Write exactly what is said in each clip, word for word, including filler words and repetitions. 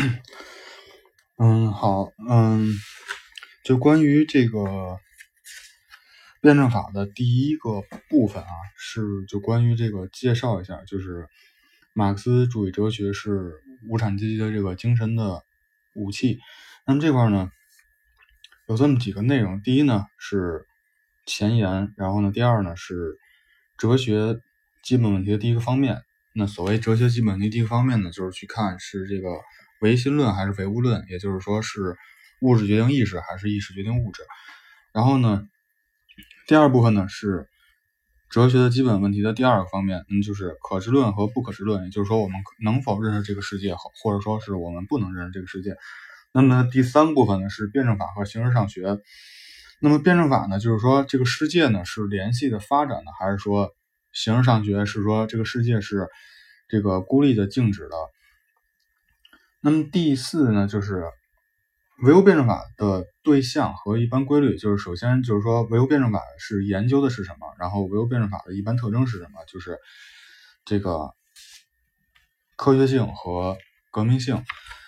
嗯，好，嗯，就关于这个辩证法的第一个部分啊，是就关于这个介绍一下，就是马克思主义哲学是无产阶级的这个精神的武器。那么这块呢，有这么几个内容，第一呢是前言，然后呢，第二呢是哲学基本问题的第一个方面。那所谓哲学基本问题第一个方面呢，就是去看是这个唯心论还是唯物论，也就是说是物质决定意识还是意识决定物质。然后呢，第二部分呢是哲学的基本问题的第二个方面，那就是可知论和不可知论，也就是说我们能否认识这个世界，或者说是我们不能认识这个世界。那么第三部分呢是辩证法和形而上学。那么辩证法呢，就是说这个世界呢是联系的发展的，还是说形而上学是说这个世界是这个孤立的静止的。那么第四呢就是唯物辩证法的对象和一般规律，就是首先就是说唯物辩证法是研究的是什么，然后唯物辩证法的一般特征是什么，就是这个科学性和革命性。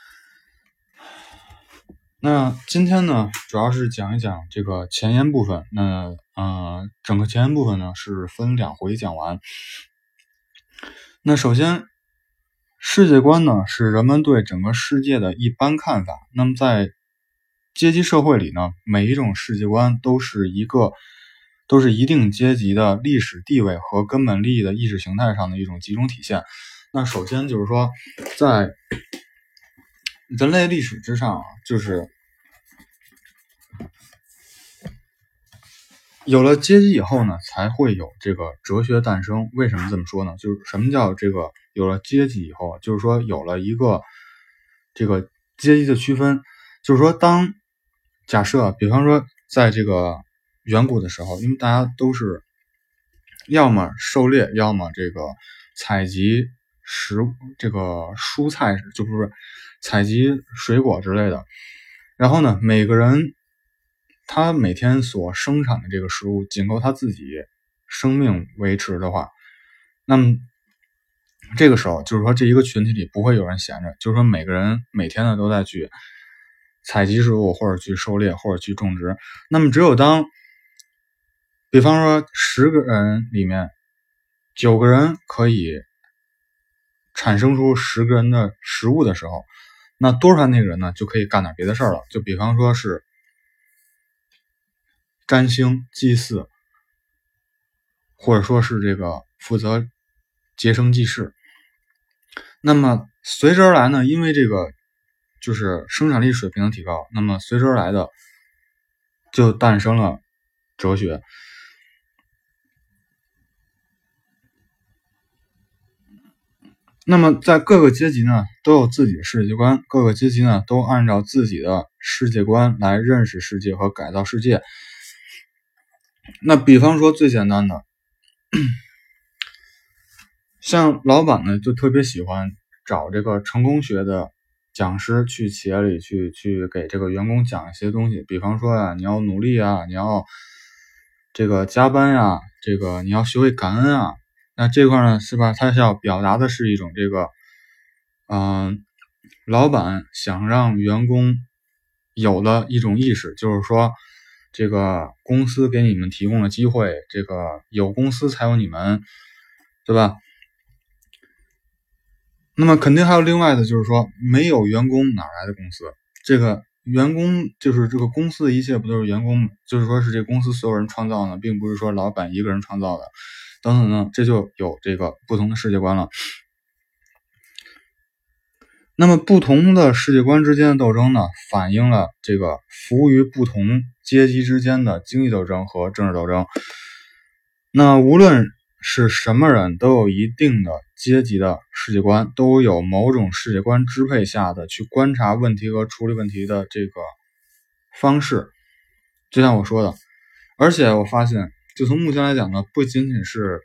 那今天呢主要是讲一讲这个前言部分。那呃整个前言部分呢是分两回讲完。那首先世界观呢是人们对整个世界的一般看法。那么在阶级社会里呢，每一种世界观都是一个都是一定阶级的历史地位和根本利益的意识形态上的一种集中体现。那首先就是说在人类历史之上，就是有了阶级以后呢，才会有这个哲学诞生。为什么这么说呢？就是什么叫这个有了阶级以后，就是说有了一个这个阶级的区分。就是说当假设比方说在这个远古的时候，因为大家都是要么狩猎，要么这个采集食这个蔬菜，就不是采集水果之类的。然后呢，每个人他每天所生产的这个食物仅够他自己生命维持的话，那么这个时候就是说这一个群体里不会有人闲着，就是说每个人每天呢都在去采集食物，或者去狩猎，或者去种植。那么只有当比方说十个人里面九个人可以产生出十个人的食物的时候，那多出来那个人呢就可以干点别的事儿了。就比方说是占星、祭祀，或者说是这个负责结生济世。那么随之而来呢，因为这个就是生产力水平的提高，那么随之而来的就诞生了哲学。那么在各个阶级呢都有自己的世界观，各个阶级呢都按照自己的世界观来认识世界和改造世界。那比方说最简单的，像老板呢就特别喜欢找这个成功学的讲师去企业里去去给这个员工讲一些东西。比方说呀，你要努力啊，你要这个加班呀，这个你要学会感恩啊。那这块呢是吧，他是要表达的是一种这个嗯、呃，老板想让员工有了一种意识，就是说这个公司给你们提供了机会，这个有公司才有你们，对吧？那么肯定还有另外的，就是说没有员工哪来的公司？这个员工就是这个公司的一切不都是员工，就是说是这个公司所有人创造的，并不是说老板一个人创造的，等等等，这就有这个不同的世界观了。那么不同的世界观之间的斗争呢，反映了这个服务于不同阶级之间的经济斗争和政治斗争。那无论是什么人都有一定的阶级的世界观，都有某种世界观支配下的去观察问题和处理问题的这个方式。就像我说的，而且我发现就从目前来讲呢，不仅仅是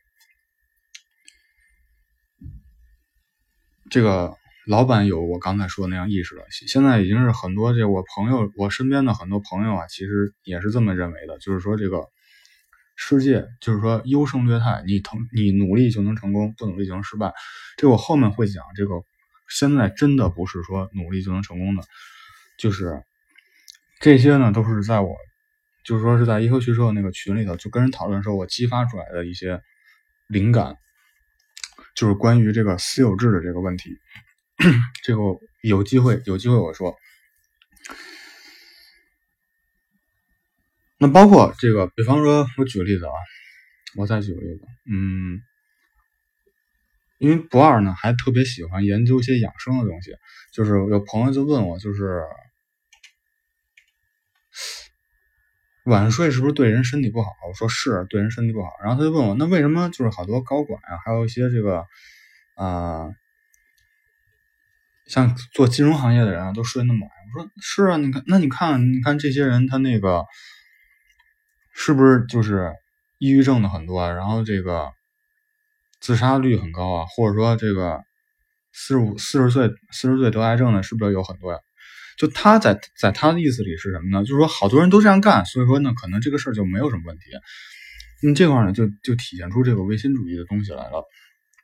这个老板有我刚才说的那样意识了，现在已经是很多这我朋友我身边的很多朋友啊，其实也是这么认为的，就是说这个世界就是说优胜劣汰，你成你努力就能成功，不努力就能失败。这我后面会讲这个现在真的不是说努力就能成功的，就是这些呢都是在我就是说是在一科学社那个群里头就跟人讨论的时候我激发出来的一些灵感，就是关于这个私有制的这个问题。这个有机会有机会我说。那包括这个，比方说我举个例子啊，我再举个例子，嗯，因为不二呢还特别喜欢研究一些养生的东西，就是有朋友就问我，就是晚睡是不是对人身体不好？我说是对人身体不好。然后他就问我，那为什么就是好多高管啊，还有一些这个啊、呃，像做金融行业的人啊，都睡那么晚？我说是啊，你看，那你看，你看这些人他那个是不是就是抑郁症的很多啊？然后这个自杀率很高啊，或者说这个四十五、四十岁、四十岁得癌症的，是不是有很多呀？就他在在他的意思里是什么呢？就是说好多人都这样干，所以说呢，可能这个事儿就没有什么问题。那这块呢，就就体现出这个唯心主义的东西来了。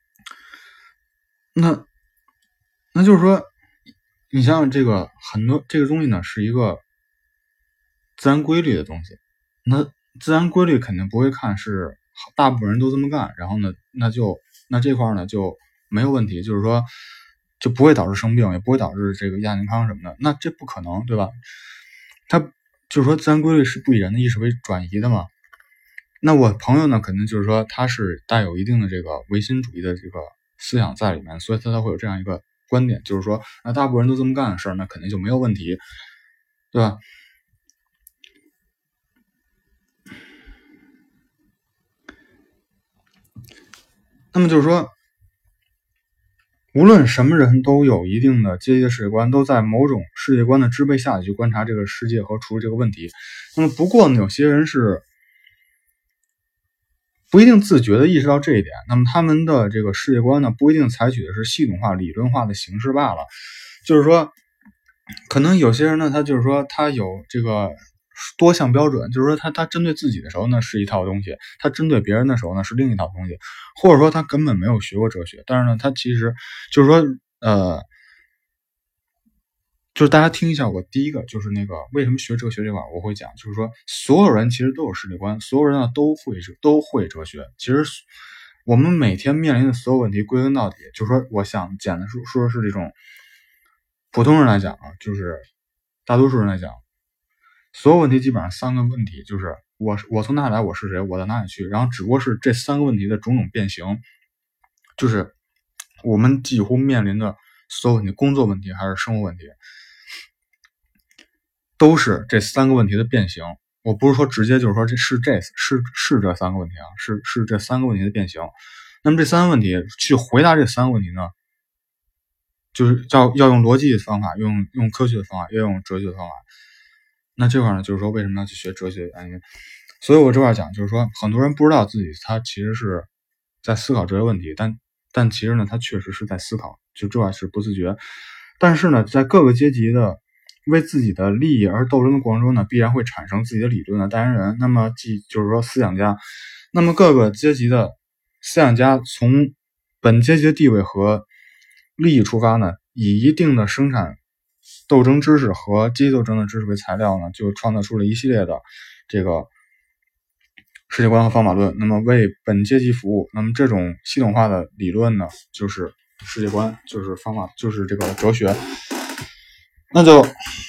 那那就是说，你像这个很多这个东西呢，是一个自然规律的东西。那自然规律肯定不会看是大部分人都这么干，然后呢，那就那这块呢就没有问题，就是说就不会导致生病，也不会导致这个亚健康什么的，那这不可能，对吧？他就是说自然规律是不以人的意识为转移的嘛。那我朋友呢，肯定就是说他是带有一定的这个唯心主义的这个思想在里面，所以他才会有这样一个观点，就是说那大部分人都这么干的事儿，那肯定就没有问题，对吧？那么就是说，无论什么人都有一定的阶级的世界观，都在某种世界观的支配下去观察这个世界和处理这个问题。那么不过呢，有些人是不一定自觉的意识到这一点，那么他们的这个世界观呢，不一定采取的是系统化、理论化的形式罢了。就是说，可能有些人呢，他就是说他有这个多项标准，就是说他他针对自己的时候呢是一套东西，他针对别人的时候呢是另一套东西，或者说他根本没有学过哲学，但是呢，他其实就是说呃。就是大家听一下，我第一个就是那个为什么学哲学这块我会讲，就是说所有人其实都有世界观，所有人呢都会都会哲学。其实我们每天面临的所有问题，归根到底，就是说我想讲的说说是这种普通人来讲啊，就是大多数人来讲，所有问题基本上三个问题，就是我我从哪里来，我是谁，我到哪里去，然后只不过是这三个问题的种种变形，就是我们几乎面临的所有问题，工作问题还是生活问题。都是这三个问题的变形，我不是说直接就是说这是这是是这三个问题啊，是是这三个问题的变形。那么这三个问题去回答这三个问题呢，就是要要用逻辑的方法，用用科学的方法，要用哲学的方法。那这块呢，就是说为什么要去学哲学的原因。所以我这块讲就是说，很多人不知道自己他其实是在思考哲学问题，但但其实呢，他确实是在思考，就这块是不自觉。但是呢，在各个阶级的为自己的利益而斗争的过程中呢，必然会产生自己的理论的代言人。那么即就是说思想家，那么各个阶级的思想家从本阶级的地位和利益出发呢，以一定的生产斗争知识和阶级斗争的知识为材料呢，就创造出了一系列的这个世界观和方法论。那么为本阶级服务，那么这种系统化的理论呢，就是世界观，就是方法，就是这个哲学。那就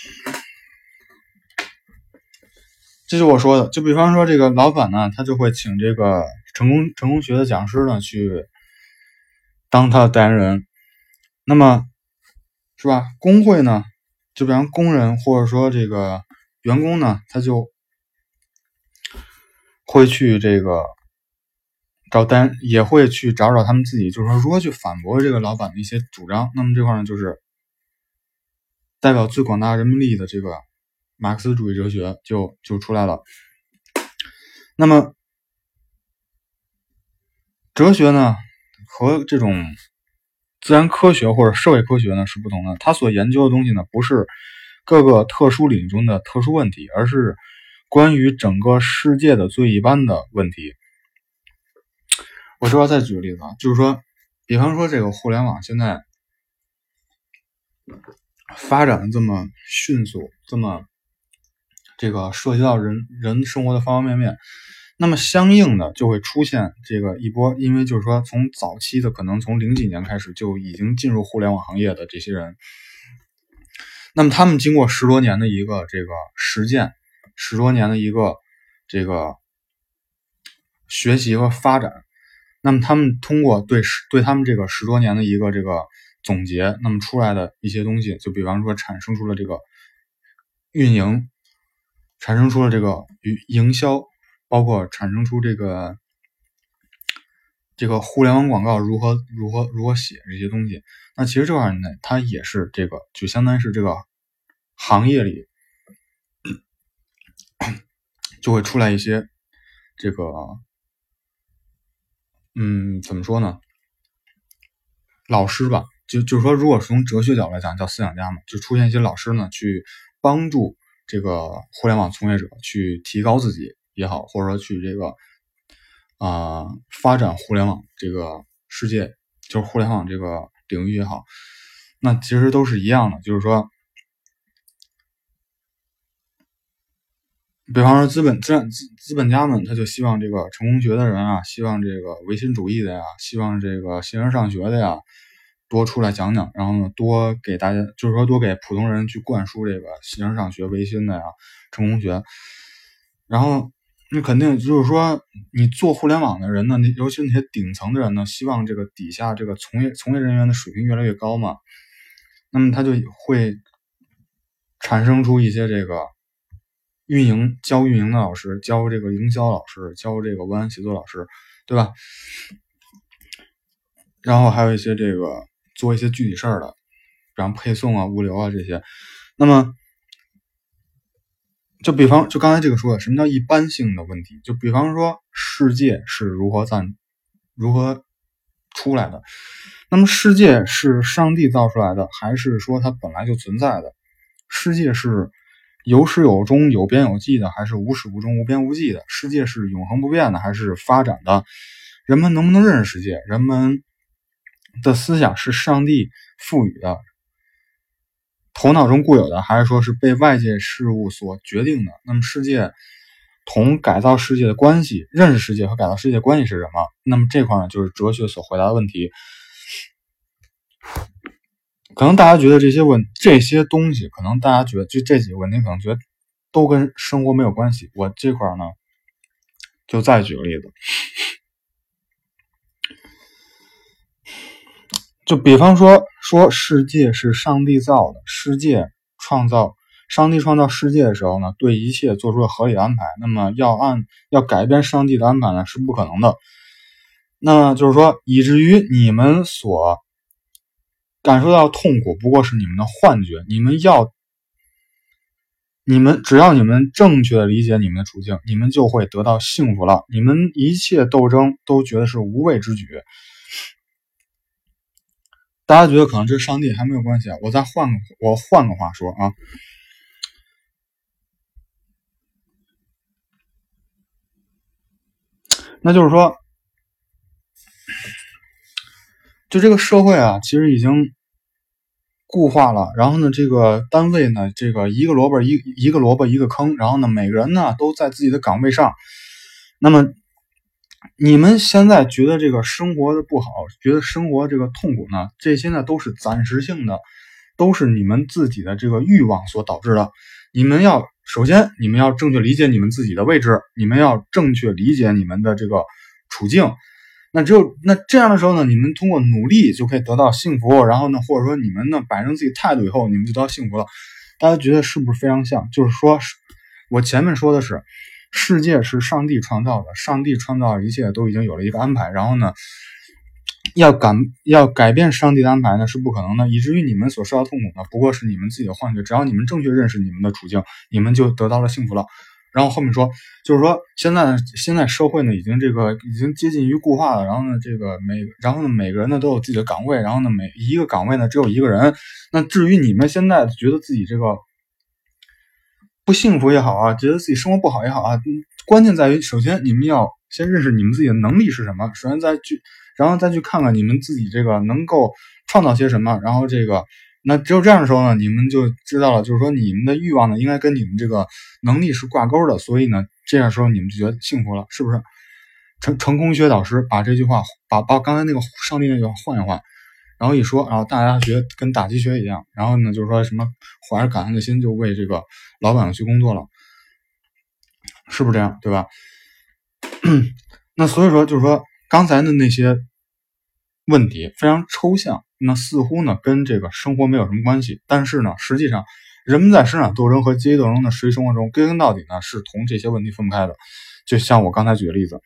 这就我说的，就比方说这个老板呢，他就会请这个成功成功学的讲师呢去当他的代言人。那么是吧？工会呢，就比方工人或者说这个员工呢，他就会去这个找单，也会去找找他们自己，就是说如何去反驳这个老板的一些主张。那么这块呢，就是代表最广大人民利益的这个马克思主义哲学就就出来了。那么哲学呢和这种自然科学或者社会科学呢是不同的，它所研究的东西呢不是各个特殊领域中的特殊问题，而是关于整个世界的最一般的问题。我这要再举个例子啊，就是说比方说这个互联网现在发展的这么迅速，这么这个涉及到人人生活的方方面面，那么相应的就会出现这个一波，因为就是说从早期的可能从零几年开始就已经进入互联网行业的这些人，那么他们经过十多年的一个这个实践，十多年的一个这个学习和发展，那么他们通过对对他们这个十多年的一个这个总结，那么出来的一些东西，就比方说产生出了这个运营，产生出了这个营销，包括产生出这个这个互联网广告如何如何如何写这些东西。那其实这玩意儿呢，它也是这个就相当于是这个行业里就会出来一些这个嗯怎么说呢，老师吧，就就是说，如果从哲学角度来讲，叫思想家嘛，就出现一些老师呢，去帮助这个互联网从业者去提高自己也好，或者说去这个啊、呃、发展互联网这个世界，就是互联网这个领域也好，那其实都是一样的，就是说，比方说资本资资资本家们，他就希望这个成功学的人啊，希望这个唯心主义的呀，希望这个形而上学的呀，多出来讲讲，然后呢，多给大家，就是说多给普通人去灌输这个形而上学、唯心的呀、成功学。然后那肯定就是说，你做互联网的人呢，尤其那些顶层的人呢，希望这个底下这个从业从业人员的水平越来越高嘛，那么他就会产生出一些这个运营教运营的老师，教这个营销老师，教这个文案写作老师，对吧？然后还有一些这个做一些具体事儿的，比方配送啊、物流啊这些。那么，就比方就刚才这个说的，什么叫一般性的问题？就比方说世界是如何赞如何出来的？那么世界是上帝造出来的，还是说它本来就存在的？世界是有始有终、有边有际的，还是无始无终、无边无际的？世界是永恒不变的，还是发展的？人们能不能认识世界？人们的思想是上帝赋予的，头脑中固有的，还是说是被外界事物所决定的？那么世界同改造世界的关系，认识世界和改造世界的关系是什么？那么这块呢，就是哲学所回答的问题。可能大家觉得这些问这些东西，可能大家觉得就这几个问题，可能觉得都跟生活没有关系。我这块呢，就再举个例子，就比方说说世界是上帝造的，世界创造，上帝创造世界的时候呢，对一切做出了合理的安排。那么要按要改变上帝的安排呢，是不可能的。那就是说，以至于你们所感受到痛苦不过是你们的幻觉，你们要你们只要你们正确的理解你们的处境，你们就会得到幸福了。你们一切斗争都觉得是无谓之举。大家觉得可能这上帝还没有关系啊，我再换个我换个话说啊，那就是说，就这个社会啊，其实已经固化了。然后呢，这个单位呢，这个一个萝卜一一个萝卜一个坑。然后呢，每个人呢都在自己的岗位上。那么，你们现在觉得这个生活的不好，觉得生活这个痛苦呢，这些呢都是暂时性的，都是你们自己的这个欲望所导致的。你们要首先，你们要正确理解你们自己的位置，你们要正确理解你们的这个处境。那只有那这样的时候呢，你们通过努力就可以得到幸福。然后呢，或者说你们呢摆正自己态度以后，你们就得到幸福了。大家觉得是不是非常像？就是说，我前面说的是，世界是上帝创造的，上帝创造一切都已经有了一个安排。然后呢，要改要改变上帝的安排呢是不可能的，以至于你们所受到痛苦呢不过是你们自己的幻觉。只要你们正确认识你们的处境，你们就得到了幸福了。然后后面说，就是说现在现在社会呢已经这个已经接近于固化了。然后呢，这个每然后呢每个人呢都有自己的岗位。然后呢每一个岗位呢只有一个人。那至于你们现在觉得自己这个不幸福也好啊，觉得自己生活不好也好啊，关键在于首先你们要先认识你们自己的能力是什么，首先再去然后再去看看你们自己这个能够创造些什么，然后这个那只有这样的时候呢，你们就知道了，就是说你们的欲望呢，应该跟你们这个能力是挂钩的，所以呢，这样时候你们就觉得幸福了，是不是？成成功学导师把这句话，把把刚才那个上帝那句话换一换，然后一说，然后大家学跟打鸡血一样，然后呢，就是说什么怀着感恩的心就为这个老板去工作了，是不是这样？对吧？那所以说，就是说刚才的那些问题非常抽象，那似乎呢跟这个生活没有什么关系，但是呢，实际上人们在生产斗争和阶级斗争的实际生活中，归根到底呢是同这些问题分不开的。就像我刚才举的例子，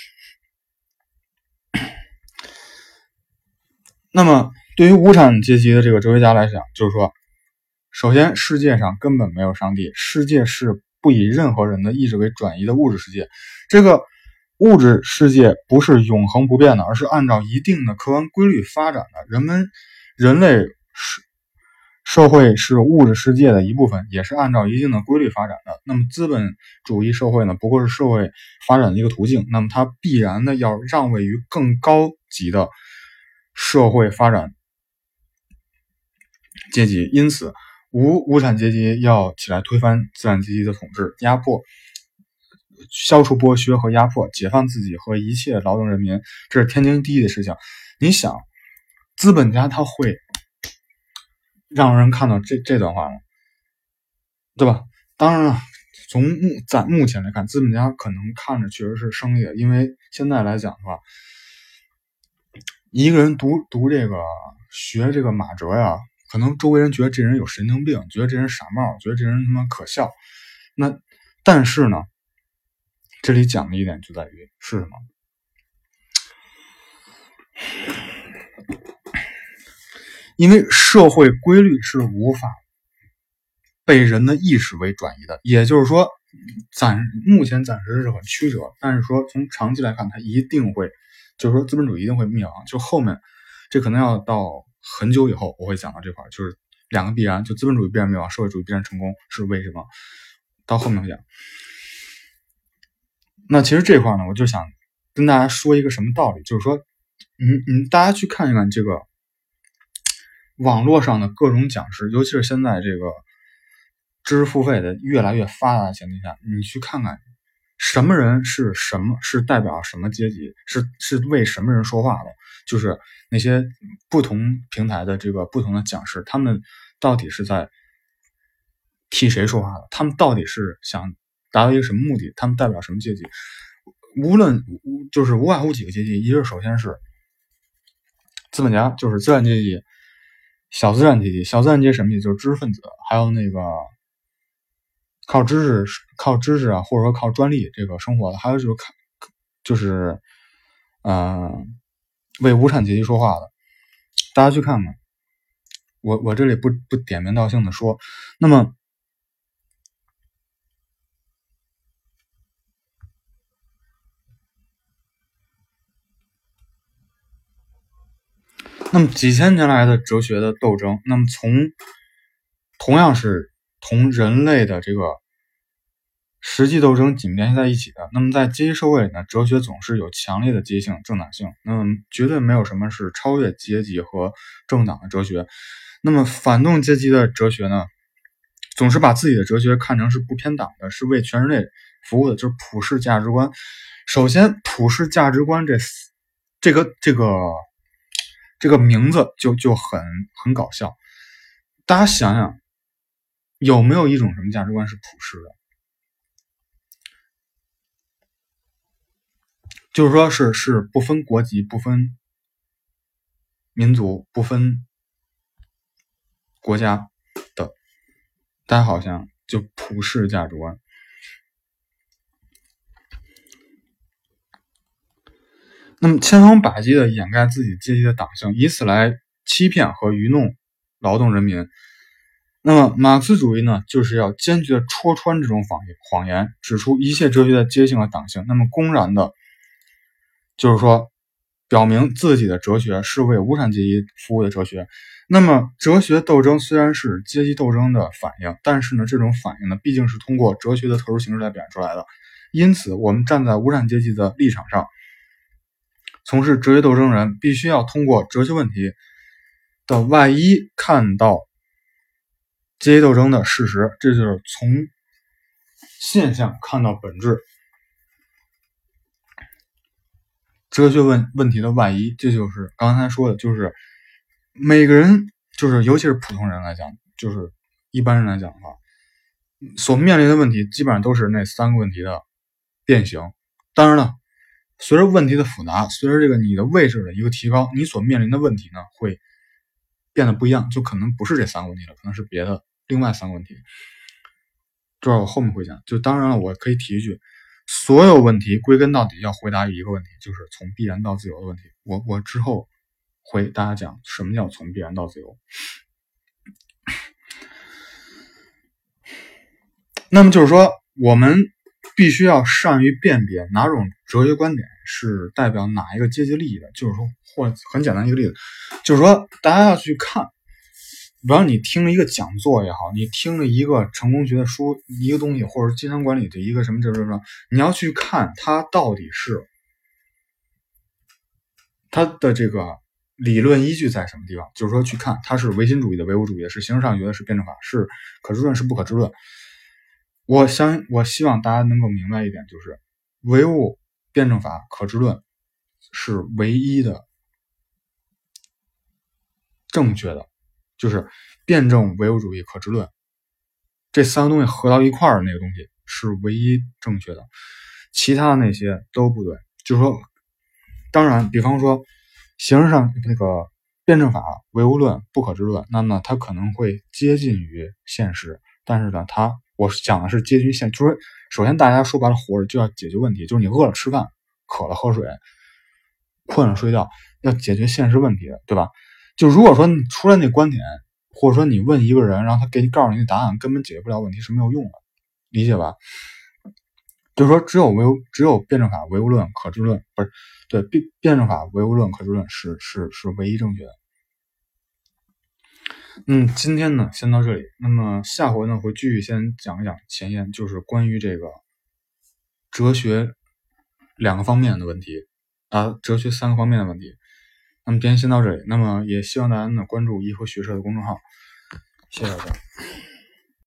那么对于无产阶级的这个哲学家来讲，就是说，首先世界上根本没有上帝，世界是不以任何人的意志为转移的物质世界，这个物质世界不是永恒不变的，而是按照一定的客观规律发展的。人们人类是社会是物质世界的一部分，也是按照一定的规律发展的。那么资本主义社会呢，不过是社会发展的一个途径，那么它必然的要让位于更高级的社会发展阶级，因此无无产阶级要起来推翻资产阶级的统治压迫，消除剥削和压迫，解放自己和一切劳动人民，这是天经地义的事情。你想，资本家他会让人看到这这段话吗？对吧？当然了，从目在目前来看，资本家可能看着确实是胜利的，因为现在来讲的话，一个人读读这个学这个马哲呀，可能周围人觉得这人有神经病，觉得这人傻帽，觉得这人他妈可笑。那但是呢，这里讲的一点就在于是什么？因为社会规律是无法被人的意识为转移的，也就是说，暂目前暂时是很曲折，但是说从长期来看，它一定会，就是说资本主义一定会灭亡。就后面这可能要到很久以后，我会讲到这块，就是两个必然，就资本主义必然灭亡，社会主义必然成功，是为什么？到后面会讲。那其实这块呢，我就想跟大家说一个什么道理，就是说，嗯嗯，大家去看一看这个网络上的各种讲师，尤其是现在这个知识付费的越来越发达的情况下，你去看看什么人是什么，是代表什么阶级，是是为什么人说话的，就是那些不同平台的这个不同的讲师，他们到底是在替谁说话的？他们到底是想达到一个什么目的？他们代表什么阶级？无论就是无外乎几个阶级，一个首先是资本家，就是资产阶级。小资产阶级，小资产阶级什么意思？就是知识分子，还有那个靠知识、靠知识啊，或者说靠专利这个生活的，还有就是靠就是呃为无产阶级说话的。大家去看看，我我这里不不点名道姓的说，那么那么几千年来的哲学的斗争，那么从同样是同人类的这个实际斗争紧密联系在一起的。那么在阶级社会里呢，哲学总是有强烈的阶级性、政党性，那么绝对没有什么是超越阶级和政党的哲学。那么反动阶级的哲学呢，总是把自己的哲学看成是不偏党的，是为全人类服务的，就是普世价值观。首先，普世价值观这这个这个这个名字就就很很搞笑。大家想想，有没有一种什么价值观是普世的？就是说是是不分国籍、不分民族、不分国家的，大家好像就普世价值观。那么千方百计的掩盖自己阶级的党性，以此来欺骗和愚弄劳动人民。那么马克思主义呢，就是要坚决的戳穿这种谎言，谎言指出一切哲学的阶级性和党性，那么公然的就是说表明自己的哲学是为无产阶级服务的哲学。那么哲学斗争虽然是阶级斗争的反应，但是呢，这种反应呢，毕竟是通过哲学的特殊形式来表现出来的。因此我们站在无产阶级的立场上，从事哲学斗争人必须要通过哲学问题的外衣看到阶级斗争的事实，这就是从现象看到本质。哲学问问题的外衣，这就是刚才说的，就是每个人，就是尤其是普通人来讲，就是一般人来讲的话，所面临的问题基本上都是那三个问题的变形。当然了，随着问题的复杂，随着这个你的位置的一个提高，你所面临的问题呢会变得不一样，就可能不是这三个问题了，可能是别的另外三个问题。这我后面会讲。就当然了，我可以提一句，所有问题归根到底要回答一个问题，就是从必然到自由的问题。我我之后会大家讲什么叫从必然到自由。那么就是说，我们必须要善于辨别哪种哲学观点是代表哪一个阶级利益的。就是说，或很简单一个例子，就是说大家要去看，比方你听了一个讲座也好，你听了一个成功学的书，一个东西，或者经商管理的一个什么这这这，你要去看它到底是它的这个理论依据在什么地方。就是说去看它是唯心主义的、唯物主义的，是形式上学的，是辩证法，是可知论，是不可知论。我相我希望大家能够明白一点，就是唯物、辩证法、可知论是唯一的正确的，就是辩证、唯物主义、可知论这三个东西合到一块儿的那个东西是唯一正确的，其他的那些都不对。就是说，当然，比方说形式上那个辩证法、唯物论、不可知论，那么它可能会接近于现实，但是呢，它我讲的是接近于现，就是首先大家说白了，活着就要解决问题，就是你饿了吃饭，渴了喝水，困了睡觉，要解决现实问题的，对吧？就如果说你出来那观点，或者说你问一个人，让他给你告诉你的答案根本解决不了问题，是没有用的，理解吧？就是说，只有唯物，只有辩证法、唯物论、可知论，不是对辩辩证法、唯物论、可知论是是是唯一正确的。嗯，今天呢先到这里，那么下回呢会继续先讲一讲前言，就是关于这个哲学两个方面的问题啊，哲学三个方面的问题。那么今天先到这里，那么也希望大家呢关注颐和学社的公众号，谢谢大家。